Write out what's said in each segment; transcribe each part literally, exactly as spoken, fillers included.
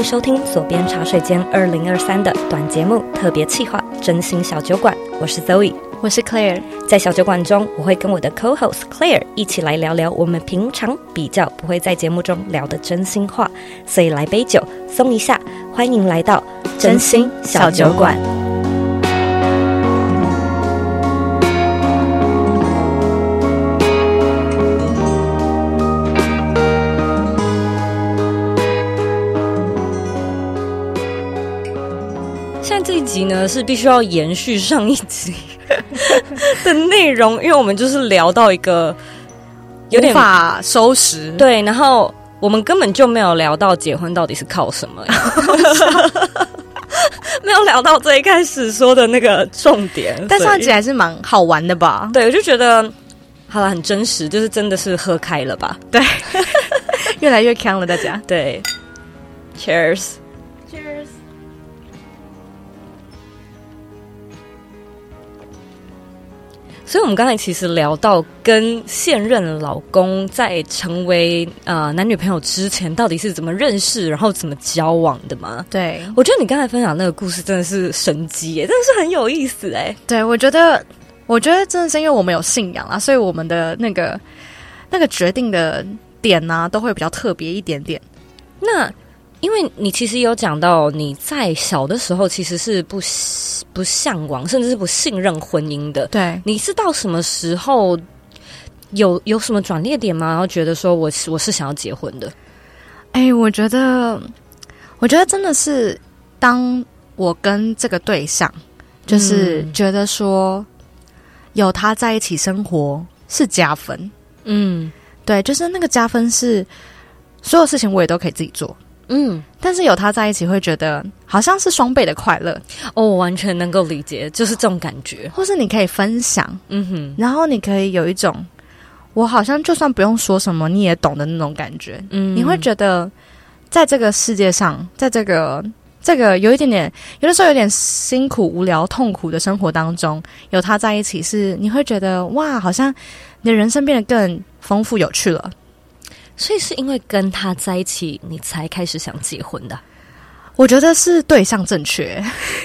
收听左边茶水间二零二三的短节目特别企划真心小酒馆，我是 Zoe， 我是 Claire。 在小酒馆中，我会跟我的 co-host Claire 一起来聊聊我们平常比较不会在节目中聊的真心话，所以来杯酒松一下，欢迎来到真心小酒馆。现在这一集呢是必须要延续上一集的内容，因为我们就是聊到一个有点无法收拾， 对，然后我们根本就没有聊到结婚到底是靠什么没有聊到最一开始说的那个重点， 但上一集还是蛮好玩的吧？ 对，我就觉得好了，很真实，就是真的是喝开了吧？ 对越来越强了大家。 对 Cheers Cheers。 所以我们刚才其实聊到跟现任老公在成为呃男女朋友之前到底是怎么认识，然后怎么交往的嘛。 对， 我觉得你刚才分享那个故事真的是神机耶，真的是很有意思耶。 对，我觉得我觉得真的是因为我们有信仰啦，所以我们的那个那个决定的点啊都会比较特别一点点。 那因为你其实有讲到你在小的时候其实是不不向往甚至是不信任婚姻的， 对， 你是到什么时候有有什么转捩点吗？然后觉得说我是我是想要结婚的？ 哎，我觉得我觉得真的是当我跟这个对象就是觉得说有他在一起生活是加分。嗯，对，就是那个加分是所有事情我也都可以自己做。嗯，但是有他在一起会觉得好像是双倍的快乐哦，我完全能够理解，就是这种感觉。 或是你可以分享，嗯哼，然后你可以有一种我好像就算不用说什么你也懂的那种感觉。嗯，你会觉得在这个世界上，在这个这个有一点点有的时候有点辛苦无聊痛苦的生活当中，有他在一起是你会觉得哇，好像你的人生变得更丰富有趣了。 所以是因为跟他在一起你才开始想结婚的？ 我觉得是对象正确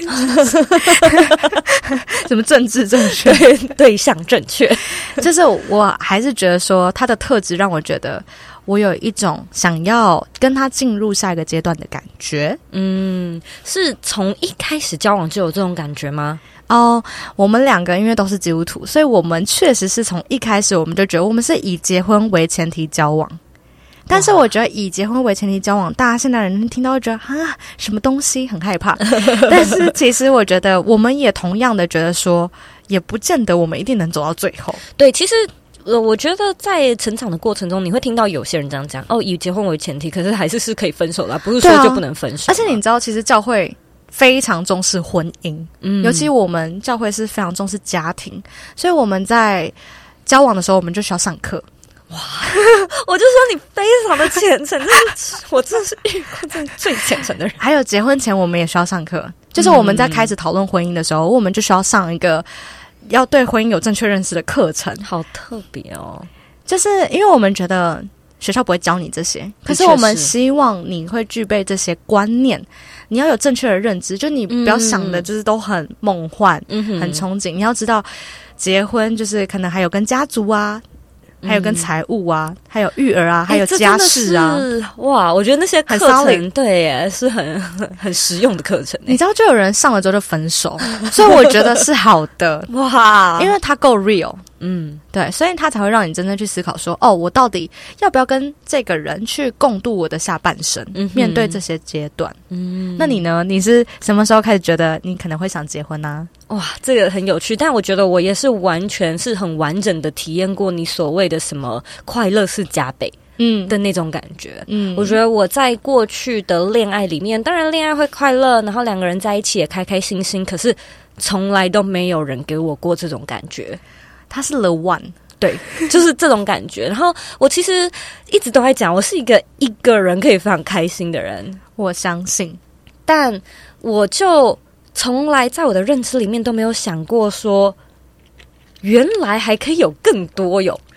什么政治正确？ 对，对象正确就是我还是觉得说他的特质让我觉得我有一种想要跟他进入下一个阶段的感觉。嗯， 是从一开始交往就有这种感觉吗？ 哦，我们两个因为都是基督徒，所以我们确实是从一开始我们就觉得我们是以结婚为前提交往。但是我觉得以结婚为前提交往，大家现在人听到会觉得啊什么东西很害怕但是其实我觉得我们也同样的觉得说也不见得我们一定能走到最后。 对，其实呃，我觉得在成长的过程中你会听到有些人这样讲，哦，以结婚为前提，可是还是是可以分手的，不是说就不能分手。 而且你知道其实教会非常重视婚姻，嗯，尤其我们教会是非常重视家庭，所以我们在交往的时候我们就需要上课。 哇！我就说你非常的虔诚，真是我真的是遇过真的最虔诚的人。 还有结婚前我们也需要上课，就是我们在开始讨论婚姻的时候，嗯，我们就需要上一个要对婚姻有正确认识的课程。 好特别哦！ 就是因为我们觉得学校不会教你这些，可是我们希望你会具备这些观念，你要有正确的认知，就你不要想的就是都很梦幻，嗯，很憧憬。你要知道结婚就是可能还有跟家族啊，还有跟财务啊，嗯，还有育儿啊，还有家事啊。 哇，我觉得那些课程对耶是很很很实用的课程。 你知道就有人上了之后就分手所以我觉得是好的哇，因为他够 real。嗯，对，所以他才会让你真正去思考说，哦，我到底要不要跟这个人去共度我的下半生，嗯，面对这些阶段。嗯，那你呢？你是什么时候开始觉得你可能会想结婚呢？ 啊？哇，这个很有趣，但我觉得我也是完全是很完整的体验过你所谓的什么快乐是加倍。嗯的那种感觉。嗯，我觉得我在过去的恋爱里面，当然恋爱会快乐，然后两个人在一起也开开心心，可是从来都没有人给我过这种感觉。 他是 the one， 对，就是这种感觉。然后我其实一直都在讲，我是一个一个人可以非常开心的人， 我相信。 但我就从来在我的认知里面都没有想过说，原来还可以有更多有。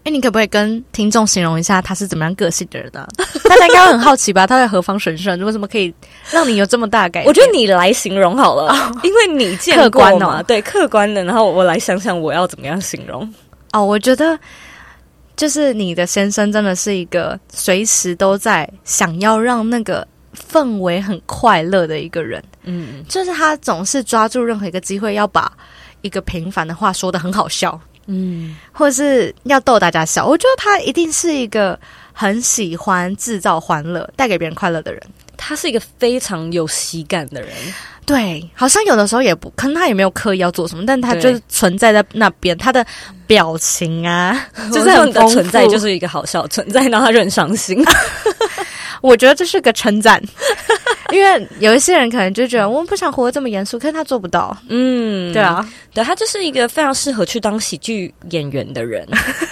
哎，你可不可以跟听众形容一下他是怎么样个性的人呢、啊？大家应该会很好奇吧？他在何方神圣？为什么可以让你有这么大的改变？ 我觉得你来形容好了，哦、因为你见过嘛，客观哦、对，客观的。然后我来想想我要怎么样形容。 哦，我觉得就是你的先生真的是一个随时都在想要让那个氛围很快乐的一个人。嗯，就是他总是抓住任何一个机会要把一个平凡的话说得很好笑。嗯，或者是要逗大家笑。我觉得他一定是一个很喜欢制造欢乐、带给别人快乐的人。 他是一个非常有喜感的人。 对，好像有的时候也不，可能他也没有刻意要做什么，但他就是存在在那边，他的表情啊， 就是很丰富。你的存在就是一个好笑的存在，让他很伤心。 我觉得这是个称赞。因为有一些人可能就觉得我们不想活得这么严肃，可是他做不到。嗯，对啊， 对，他就是一个非常适合去当喜剧演员的人。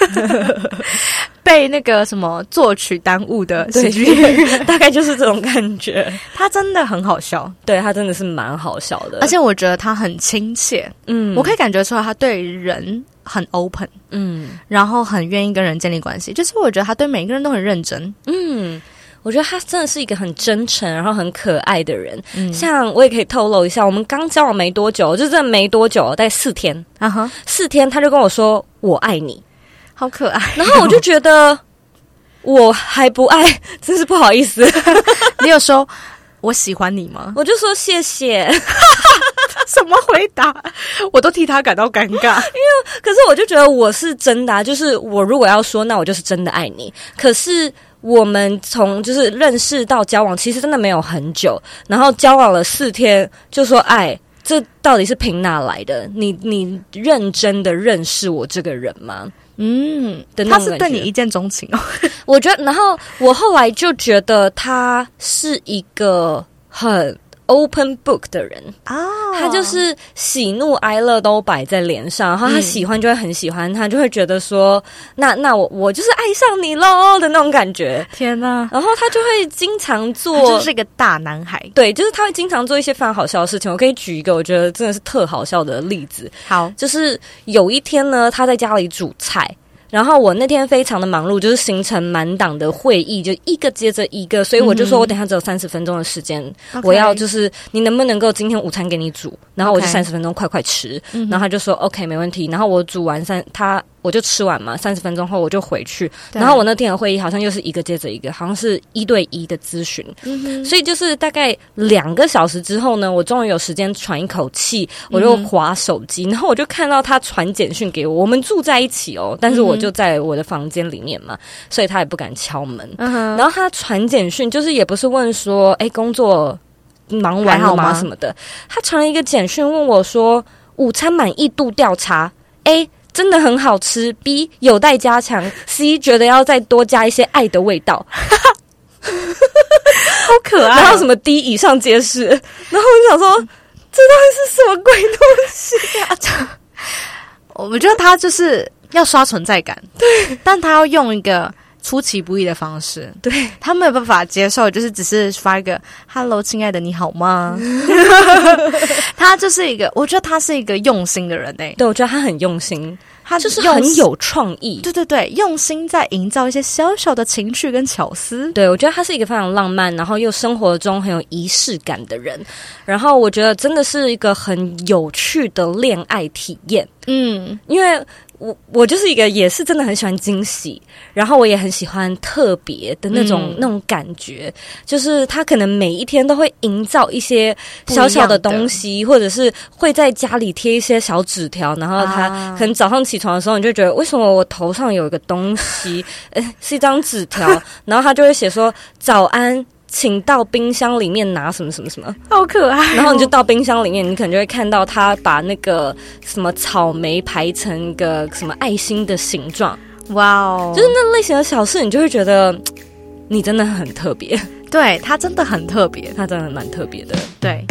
被那个什么作曲耽误的喜剧演员， 大概就是这种感觉。 他真的很好笑， 对，他真的是蛮好笑的， 而且我觉得他很亲切。嗯，我可以感觉出来他对人很 open， 嗯，然后很愿意跟人建立关系，就是我觉得他对每个人都很认真。嗯， 我觉得他真的是一个很真诚然后很可爱的人。嗯，像我也可以透露一下，我们刚交往没多久，就真的没多久，大概四天啊哈，四天他就跟我说我爱你， 好可爱。 然后我就觉得我还不爱，真是不好意思。 你有说我喜欢你吗？ 我就说谢谢。 什么回答？我都替他感到尴尬。因为可是我就觉得我是真的啊，就是我如果要说，那我就是真的爱你。可是我们从就是认识到交往，其实真的没有很久，然后交往了四天就说爱，这到底是凭哪来的？你你认真的认识我这个人吗？嗯， 他是对你一见钟情哦。 我觉得，然后我后来就觉得他是一个很open book 的人啊，他就是喜怒哀乐都摆在脸上，然后他喜欢就会很喜欢，嗯、他就会觉得说，那那我我就是爱上你咯的那种感觉。 天哪！ 然后他就会经常做， 他就是一个大男孩。 对，就是他会经常做一些非常好笑的事情。我可以举一个我觉得真的是特好笑的例子。 好， 就是有一天呢，他在家里煮菜。然后我那天非常的忙碌，就是行程满档的会议，就一个接着一个，所以我就说我等一下只有三十分钟的时间，嗯、我要就是你能不能够今天午餐给你煮，然后我就三十分钟快快吃， okay. 然后他就说 OK 没问题，然后我煮完三他。我就吃完嘛，三十分钟后我就回去。然后我那天的会议好像又是一个接着一个，好像是一对一的咨询。嗯、所以就是大概两个小时之后呢，我终于有时间喘一口气，我就滑手机，嗯、然后我就看到他传简讯给我。我们住在一起哦，但是我就在我的房间里面嘛，所以他也不敢敲门。嗯、然后他传简讯，就是也不是问说，哎，工作忙完了吗什么的，他传了一个简讯问我说，午餐满意度调查 A。真的很好吃 ，B 有待加强 ，C 觉得要再多加一些爱的味道， 好可爱、哦。 然后什么 D 以上皆是，然后我就想说，这到底是什么鬼东西啊？ 我觉得他就是要刷存在感，对，但他要用一个出其不意的方式， 对他没有办法接受，就是只是发一个 “hello， 亲爱的，你好吗？”他就是一个，我觉得他是一个用心的人诶、欸。 对，我觉得他很用心，他就是很有创意。 对对对，用心在营造一些小小的情趣跟巧思。 对，我觉得他是一个非常浪漫，然后又生活中很有仪式感的人。然后我觉得真的是一个很有趣的恋爱体验。嗯，因为。我我就是一个也是真的很喜欢惊喜，然后我也很喜欢特别的那种、嗯、那种感觉，就是他可能每一天都会营造一些小小的东西，或者是会在家里贴一些小纸条，然后他可能早上起床的时候，你就觉得为什么我头上有一个东西，呃，是一张纸条，然后他就会写说早安。请到冰箱里面拿什么什么什么， 好可爱、哦。 然后你就到冰箱里面，你可能就会看到他把那个什么草莓排成一个什么爱心的形状。 哇哦， 就是那类型的小事，你就会觉得你真的很特别。 对，他真的很特别， 他真的蛮特别的。 对。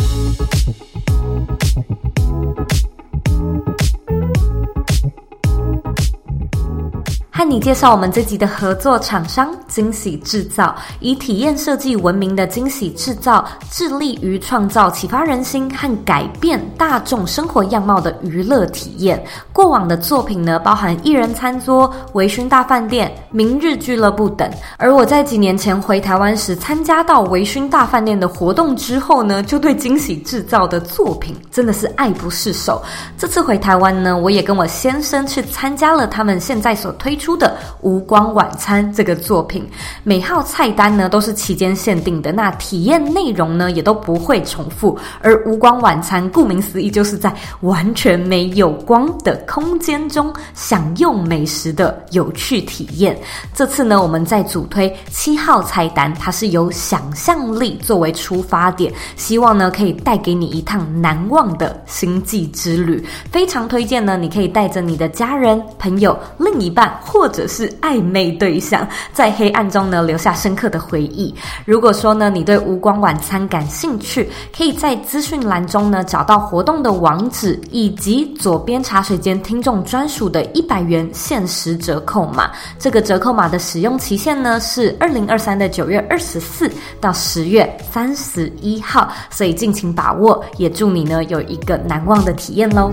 和你介绍我们这集的合作厂商惊喜制造，以体验设计闻名的惊喜制造，致力于创造启发人心和改变大众生活样貌的娱乐体验。过过往的作品呢，包含一人餐桌、微醺大饭店、明日俱乐部等。而我在几年前回台湾时，参加到微醺大饭店的活动之后呢，就对惊喜制造的作品真的是爱不释手。这次回台湾呢，我也跟我先生去参加了他们现在所推出的无光晚餐这个作品。每号菜单呢都是期间限定的，那体验内容呢也都不会重复。而无光晚餐顾名思义就是在完全没有光的空间中享用美食的有趣体验。这次呢，我们在主推七号菜单，它是由想象力作为出发点，希望呢可以带给你一趟难忘的星际之旅。非常推荐呢，你可以带着你的家人、朋友、另一半或者是暧昧对象，在黑暗中呢留下深刻的回忆。如果说呢你对无光晚餐感兴趣，可以在资讯栏中呢找到活动的网址，以及左边茶水间听众专属的一百元限时折扣码。这个折扣码的使用期限呢是二零二三的九月二十四到十月三十一号，所以敬请把握，也祝你呢有一个难忘的体验咯。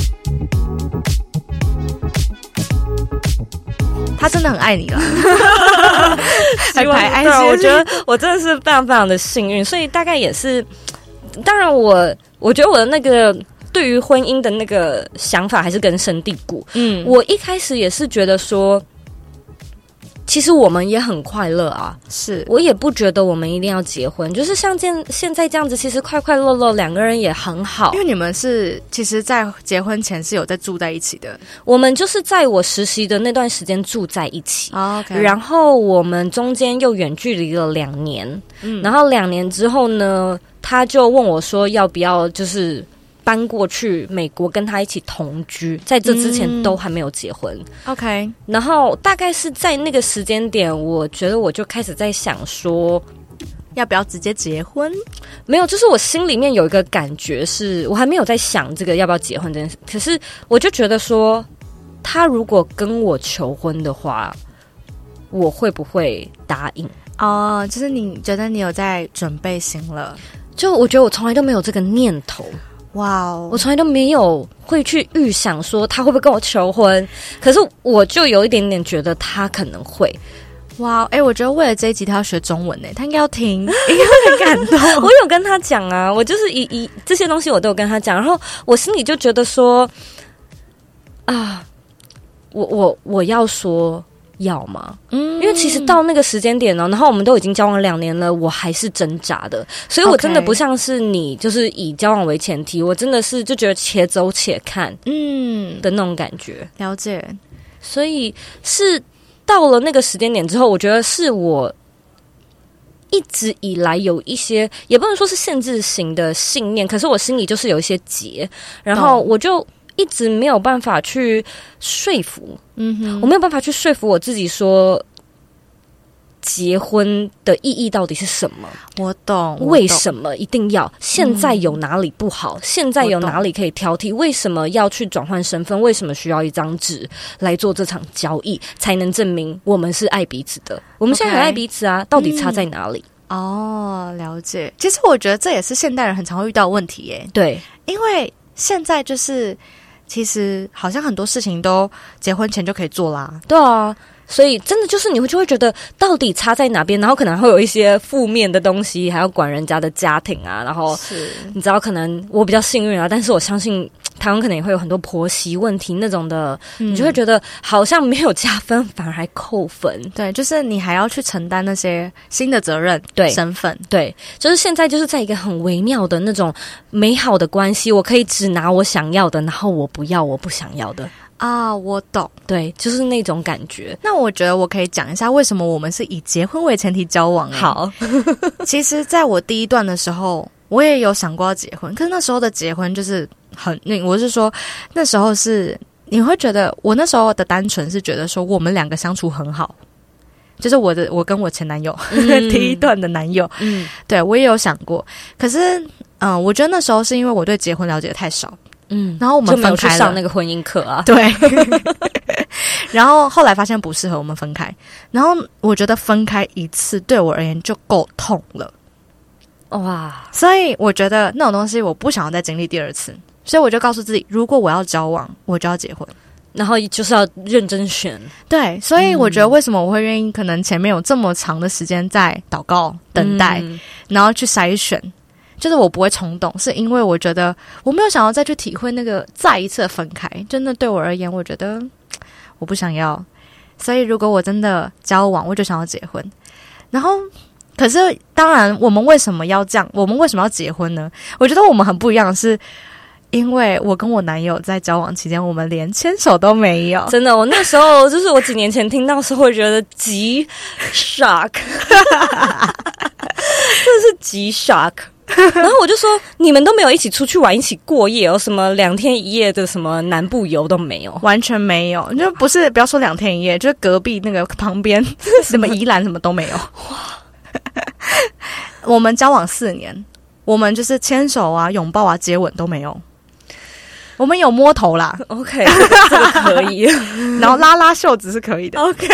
他真的很爱你了，还排爱心。我觉得我真的是非常非常的幸运，所以大概也是，当然我我觉得我的那个对于婚姻的那个想法还是根深蒂固。嗯，我一开始也是觉得说，其实我们也很快乐啊， 是我也不觉得我们一定要结婚，就是像现现在这样子，其实快快乐乐两个人也很好。 因为你们是其实在结婚前是有在住在一起的， 我们就是在我实习的那段时间住在一起、 oh, okay. 然后我们中间又远距离了两年、嗯、然后两年之后呢，他就问我说要不要就是搬过去美国跟他一起同居，在这之前都还没有结婚、 嗯、OK。 然后大概是在那个时间点，我觉得我就开始在想说要不要直接结婚。 没有，就是我心里面有一个感觉，是我还没有在想这个要不要结婚这件事，可是我就觉得说他如果跟我求婚的话，我会不会答应哦、oh, 就是你觉得你有在准备心了， 就我觉得我从来都没有这个念头。 哇哦！ 我从来都没有会去预想说他会不会跟我求婚，可是我就有一点点觉得他可能会。 哇，哎、欸，我觉得为了这一集他要学中文呢，他应该要听，应该很感动。 我有跟他讲啊，我就是以以这些东西我都有跟他讲，然后我心里就觉得说啊，我我我要说要吗？嗯，因为其实到那个时间点呢，然后我们都已经交往两年了，我还是挣扎的，所以我真的不像是你，就是以交往为前提，我真的是就觉得且走且看，嗯的那种感觉。 了解， 所以是到了那个时间点之后，我觉得是我一直以来有一些，也不能说是限制型的信念，可是我心里就是有一些结，然后我就一直没有办法去说服，嗯哼，我没有办法去说服我自己说结婚的意义到底是什么？ 我懂， 为什么一定要？现在有哪里不好？嗯、现在有哪里可以挑剔？为什么要去转换身份？为什么需要一张纸来做这场交易，才能证明我们是爱彼此的？我们现在很爱彼此啊， okay, 到底差在哪里？ 嗯、哦，了解。其实我觉得这也是现代人很常会遇到的问题耶。 对， 因为现在就是其实好像很多事情都结婚前就可以做啦。 对啊。所以真的就是你会就会觉得到底差在哪边，然后可能会有一些负面的东西，还要管人家的家庭啊，然后你知道可能我比较幸运啊，但是我相信台湾可能也会有很多婆媳问题那种的、嗯、你就会觉得好像没有加分反而还扣分。 对，就是你还要去承担那些新的责任，对，身份， 对，就是现在就是在一个很微妙的那种美好的关系，我可以只拿我想要的，然后我不要我不想要的啊，我懂， 对，就是那种感觉。 那我觉得我可以讲一下为什么我们是以结婚为前提交往。 好， 其实在我第一段的时候我也有想过要结婚，可是那时候的结婚就是很，我是说那时候是你会觉得我那时候的单纯是觉得说我们两个相处很好，就是我的我跟我前男友、嗯、第一段的男友，嗯，对，我也有想过，可是嗯，我觉得那时候是因为我对结婚了解的太少，嗯，然后我们分开了，就没有去上那个婚姻课啊， 对。然后后来发现不适合，我们分开。然后我觉得分开一次对我而言就够痛了，哇！所以我觉得那种东西我不想要再经历第二次。 所以我就告诉自己，如果我要交往，我就要结婚， 然后就是要认真选。 对，所以我觉得为什么我会愿意，可能前面有这么长的时间在祷告、等待，嗯、然后去筛选，就是我不会冲动，是因为我觉得我没有想要再去体会那个再一次的分开。真的对我而言，我觉得我不想要。所以如果我真的交往，我就想要结婚。然后，可是当然，我们为什么要这样？我们为什么要结婚呢？我觉得我们很不一样的是。因为我跟我男友在交往期间，我们连牵手都没有。 真的，我那时候就是我几年前听到的时候，我觉得极 shock， 真的是极 shock。然后我就说，你们都没有一起出去玩，一起过夜哦，什么两天一夜的什么南部游都没有， 完全没有。就不是不要说两天一夜，就是隔壁那个旁边什么宜兰什么都没有。哇！我们交往四年，我们就是牵手啊、拥抱啊、接吻都没有。我们有摸头啦 ，OK， 这个, 这个可以， 然后拉拉袖子是可以的 ，OK。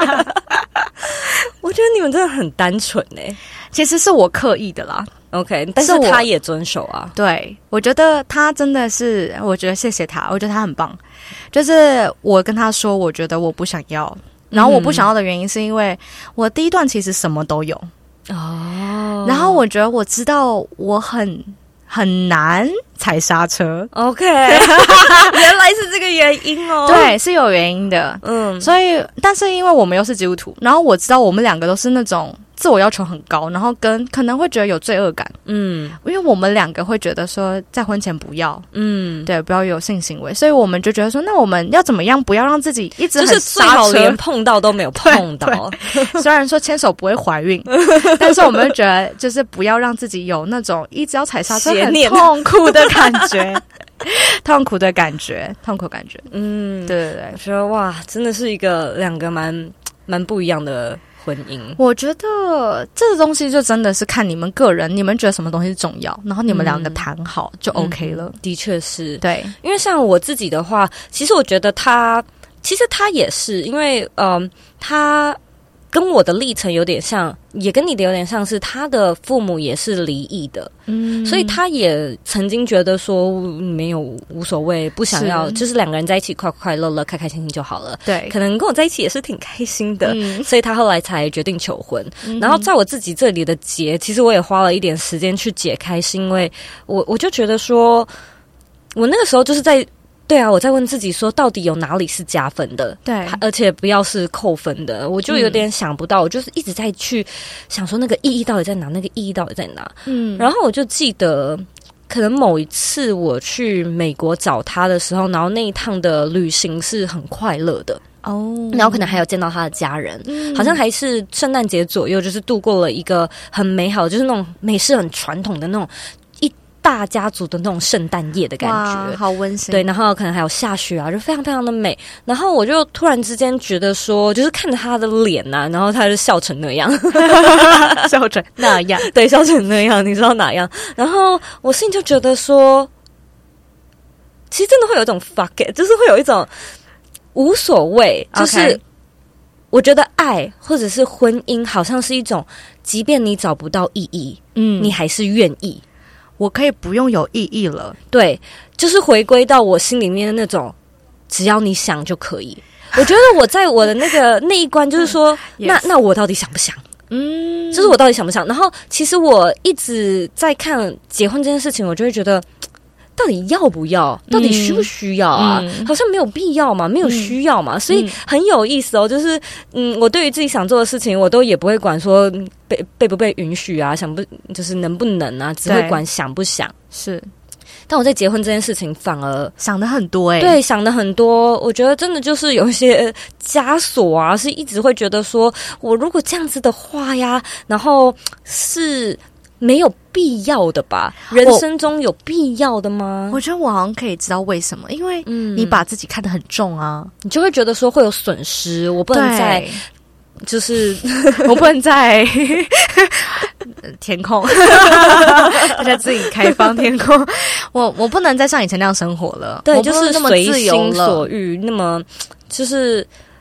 我觉得你们真的很单纯欸， 其实是我刻意的啦 ，OK， 但是他也遵守啊。 对，我觉得他真的是，我觉得谢谢他，我觉得他很棒。就是我跟他说，我觉得我不想要，然后我不想要的原因是因为我第一段其实什么都有哦，然后我觉得我知道我很。很难踩刹车 ，OK， 原来是这个原因哦。 对，是有原因的，嗯，所以，但是因为我们又是基督徒，然后我知道我们两个都是那种自我要求很高，然后跟可能会觉得有罪恶感，嗯，因为我们两个会觉得说在婚前不要，嗯，对，不要有性行为，所以我们就觉得说，那我们要怎么样不要让自己一直很刹车， 就是最好连碰到都没有碰到。 虽然说牵手不会怀孕，但是我们就觉得就是不要让自己有那种一直要踩刹车很痛苦的感觉。痛苦的感觉，痛苦感觉，嗯，对对对， 我觉得哇，真的是一个两个蛮蛮不一样的婚姻。 我觉得这个东西就真的是看你们个人，你们觉得什么东西重要，然后你们两个谈好就 OK 了。 嗯、的确是， 对， 因为像我自己的话，其实我觉得他，其实他也是，因为嗯、呃，他。跟我的历程有点像，也跟你的有点像是他的父母也是离异的，嗯，所以他也曾经觉得说没有无所谓，不想要，是就是两个人在一起快快乐乐、开开心心就好了。对，可能跟我在一起也是挺开心的，嗯、所以他后来才决定求婚。嗯、然后在我自己这里的结，其实我也花了一点时间去解开，是因为我我就觉得说，我那个时候就是在。对啊，我在问自己说，到底有哪里是加分的？ 对， 而且不要是扣分的。我就有点想不到，嗯、我就是一直在去想说那个意义到底在哪，那个意义到底在哪？嗯，然后我就记得，可能某一次我去美国找他的时候，然后那一趟的旅行是很快乐的。哦，然后可能还有见到他的家人，嗯、好像还是圣诞节左右，就是度过了一个很美好，就是那种美式很传统的那种。大家族的那种圣诞夜的感觉， 好温馨。 对，然后可能还有下雪啊，就非常非常的美。然后我就突然之间觉得说，就是看着他的脸呐、啊，然后他就笑成那样， 笑成那样， 对，笑成那样，你知道哪样？然后我心里就觉得说，其实真的会有一种 fuck it， 就是会有一种无所谓，就是。Okay.我觉得爱或者是婚姻，好像是一种，即便你找不到意义，嗯，你还是愿意。 我可以不用有意义了， 对，就是回归到我心里面的那种，只要你想就可以。我觉得我在我的那个那一关，就是说，那那我到底想不想？嗯，就是我到底想不想？然后其实我一直在看结婚这件事情，我就会觉得。到底要不要？到底需不需要啊？嗯、好像没有必要嘛，没有需要嘛，嗯、所以很有意思哦。就是嗯，我对于自己想做的事情，我都也不会管说被被不被允许啊，想不就是能不能啊，只会管想不想。 是， 但我在结婚这件事情反而想的很多哎、欸， 对，想的很多。我觉得真的就是有一些枷锁啊，是一直会觉得说我如果这样子的话呀，然后是。没有必要的吧？人生中有必要的吗？ 我, 我觉得我好像可以知道为什么，因为你把自己看得很重啊， 嗯、你就会觉得说会有损失，我不能再就是我不能再填空，大家自己开放天空。我我不能再像以前那样生活了， 对，就是随心所欲，那么就是。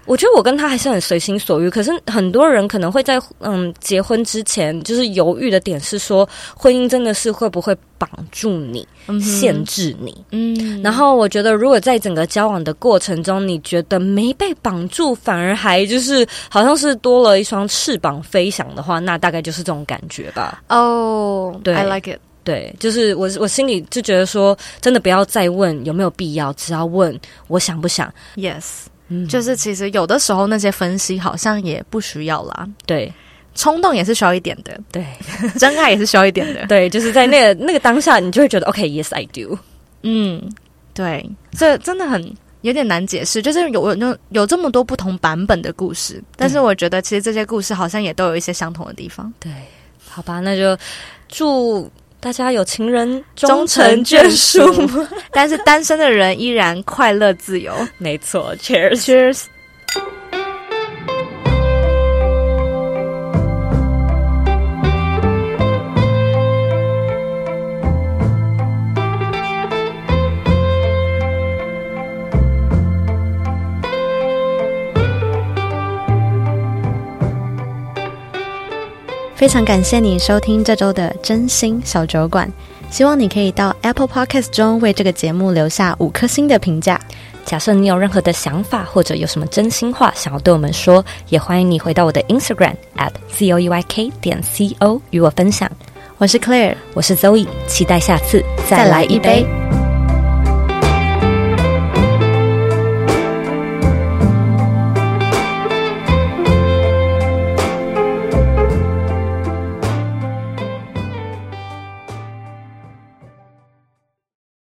我觉得我跟他还是很随心所欲，可是很多人可能会在嗯结婚之前就是犹豫的点是说，婚姻真的是会不会绑住你、嗯、限制你。嗯，然后我觉得如果在整个交往的过程中，你觉得没被绑住，反而还就是好像是多了一双翅膀飞翔的话，那大概就是这种感觉吧。 哦、 oh, 对 I like it。 对，就是我我心里就觉得说，真的不要再问有没有必要，只要问我想不想。 Yes。嗯、就是其实有的时候那些分析好像也不需要啦， 对， 冲动也是需要一点的， 对， 真爱也是需要一点的， 对，就是在那个那个当下，你就会觉得 OK yes I do， 嗯，对，这真的很有点难解释，就是有有有这么多不同版本的故事，但是我觉得其实这些故事好像也都有一些相同的地方， 对，好吧，那就祝大家有情人终成眷属， 但是单身的人依然快乐自由。 没错 ，Cheers Cheers。非常感谢你收听这周的真心小酒馆，希望你可以到 Apple Podcast 中为这个节目留下五颗星的评价。 假设你有任何的想法或者有什么真心话想要对我们说，也欢迎你回到我的 Instagram at zoeyk 点 co 与我分享。 我是 Claire， 我是 Zoe， 期待下次再来一杯。